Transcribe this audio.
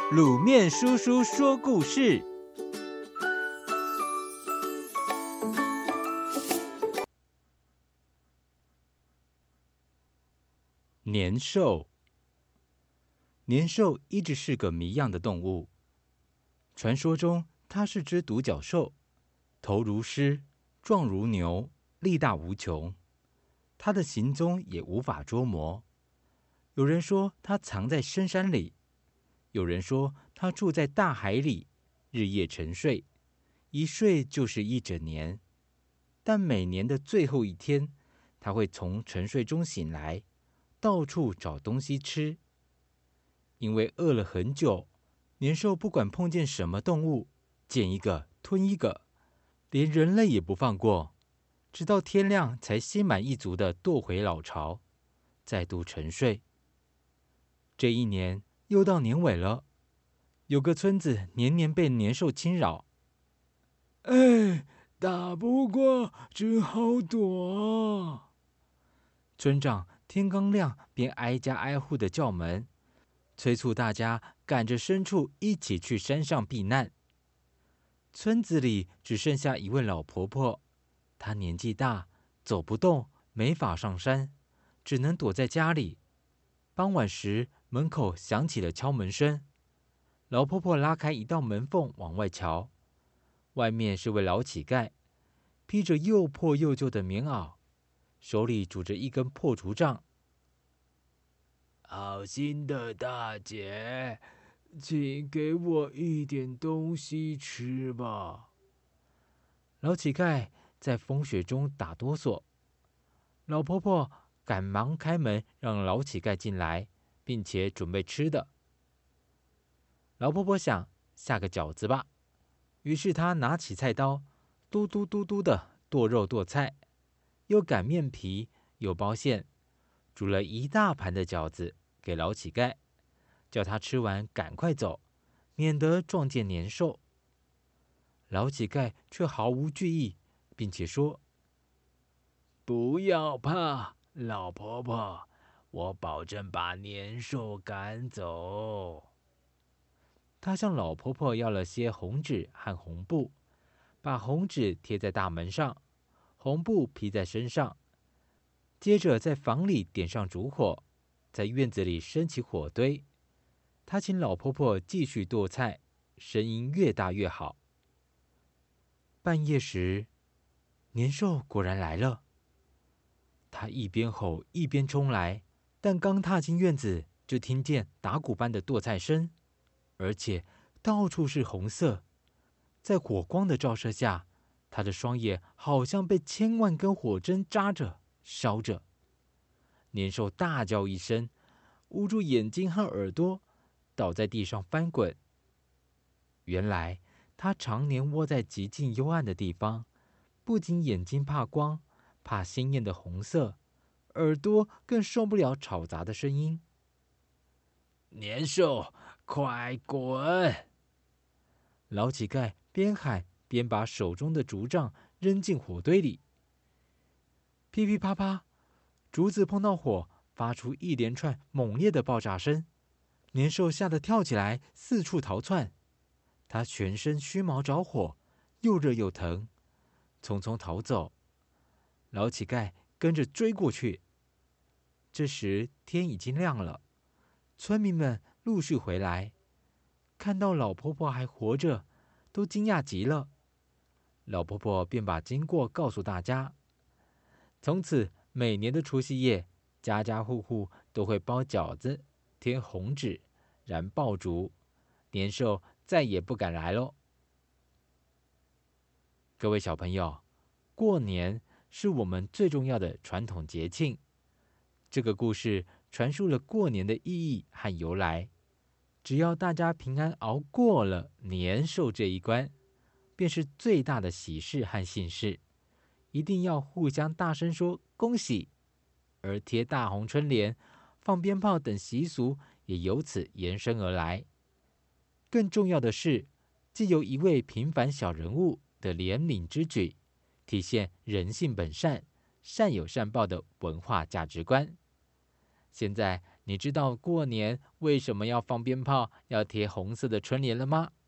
卤面叔叔说故事。年兽，年兽一直是个谜样的动物。传说中，它是只独角兽，头如狮，状如牛，力大无穷。它的行踪也无法捉摸。有人说它藏在深山里，有人说它住在大海里，日夜沉睡，一睡就是一整年。但每年的最后一天，它会从沉睡中醒来，到处找东西吃。因为饿了很久，年兽不管碰见什么动物，见一个吞一个，连人类也不放过，直到天亮才心满意足地堕回老巢，再度沉睡。这一年又到年尾了，有个村子年年被年兽侵扰。 打不过只好躲。 村长天刚亮便挨家挨户的叫门，催促大家赶着牲畜一起去山上避难。村子里只剩下一位老婆婆，她年纪大，走不动，没法上山，只能躲在家里。傍晚时，门口响起了敲门声。老婆婆拉开一道门缝往外瞧，外面是位老乞丐，披着又破又旧的棉袄，手里拄着一根破竹杖。 好心的大姐，请给我一点东西吃吧。 老乞丐在风雪中打哆嗦，老婆婆赶忙开门让老乞丐进来，并且准备吃的。老婆婆想下个饺子吧，于是她拿起菜刀，嘟嘟嘟嘟的剁肉剁菜，又擀面皮，又包馅，煮了一大盘的饺子给老乞丐，叫他吃完赶快走，免得撞见年兽。老乞丐却毫无惧意，并且说：“ 不要怕，老婆婆，我保证把年兽赶走。” 他向老婆婆要了些红纸和红布，把红纸贴在大门上，红布披在身上。接着在房里点上烛火，在院子里升起火堆。他请老婆婆继续剁菜，声音越大越好。半夜时，年兽果然来了。他一边吼一边冲来，但刚踏进院子，就听见打鼓般的剁菜声，而且到处是红色。在火光的照射下，他的双眼好像被千万根火针扎着、烧着。年兽大叫一声，捂住眼睛和耳朵，倒在地上翻滚。原来他常年窝在极尽幽暗的地方，不仅眼睛怕光，怕鲜艳的红色，耳朵更受不了吵杂的声音。 年兽，快滚！ 老乞丐边喊边把手中的竹杖扔进火堆里，噼噼啪啪，竹子碰到火，发出一连串猛烈的爆炸声。年兽吓得跳起来，四处逃窜。他全身须毛着火，又热又疼，匆匆逃走。老乞丐跟着追过去。这时天已经亮了，村民们陆续回来，看到老婆婆还活着，都惊讶极了。老婆婆便把经过告诉大家。从此，每年的除夕夜，家家户户都会包饺子、贴红纸、燃爆竹，年兽再也不敢来喽。各位小朋友，过年是我们最重要的传统节庆。这个故事传述了过年的意义和由来。只要大家平安熬过了年兽这一关，便是最大的喜事和幸事。一定要互相大声说恭喜，而贴大红春联、放鞭炮等习俗也由此延伸而来。更重要的是，藉由一位平凡小人物的怜悯之举，体现人性本善、善有善报的文化价值观。现在， 你知道过年为什么要放鞭炮、要贴红色的春联了吗？